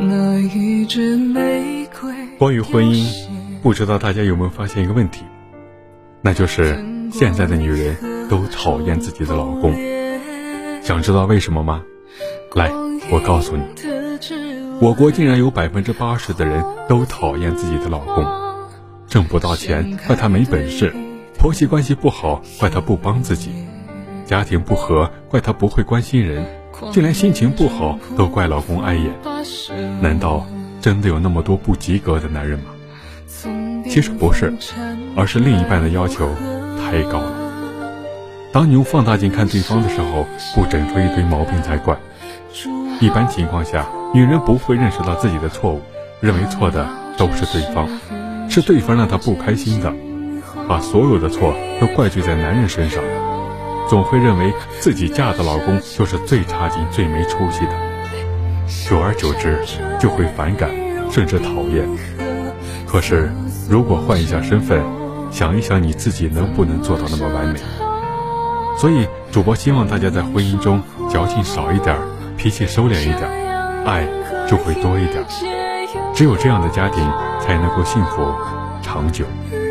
关于婚姻，不知道大家有没有发现一个问题，那就是现在的女人都讨厌自己的老公。想知道为什么吗？来，我告诉你，我国竟然有80%的人都讨厌自己的老公。挣不到钱怪他没本事，婆媳关系不好怪他不帮自己，家庭不和怪他不会关心人，就连心情不好都怪老公碍眼。难道真的有那么多不及格的男人吗？其实不是，而是另一半的要求太高了。当你用放大镜看对方的时候，不整出一堆毛病才怪。一般情况下，女人不会认识到自己的错误，认为错的都是对方，是对方让她不开心的，把所有的错都怪罪在男人身上，总会认为自己嫁的老公就是最差劲最没出息的，久而久之就会反感甚至讨厌。可是如果换一下身份，想一想你自己能不能做到那么完美。所以主播希望大家在婚姻中矫情少一点，脾气收敛一点，爱就会多一点，只有这样的家庭才能够幸福长久。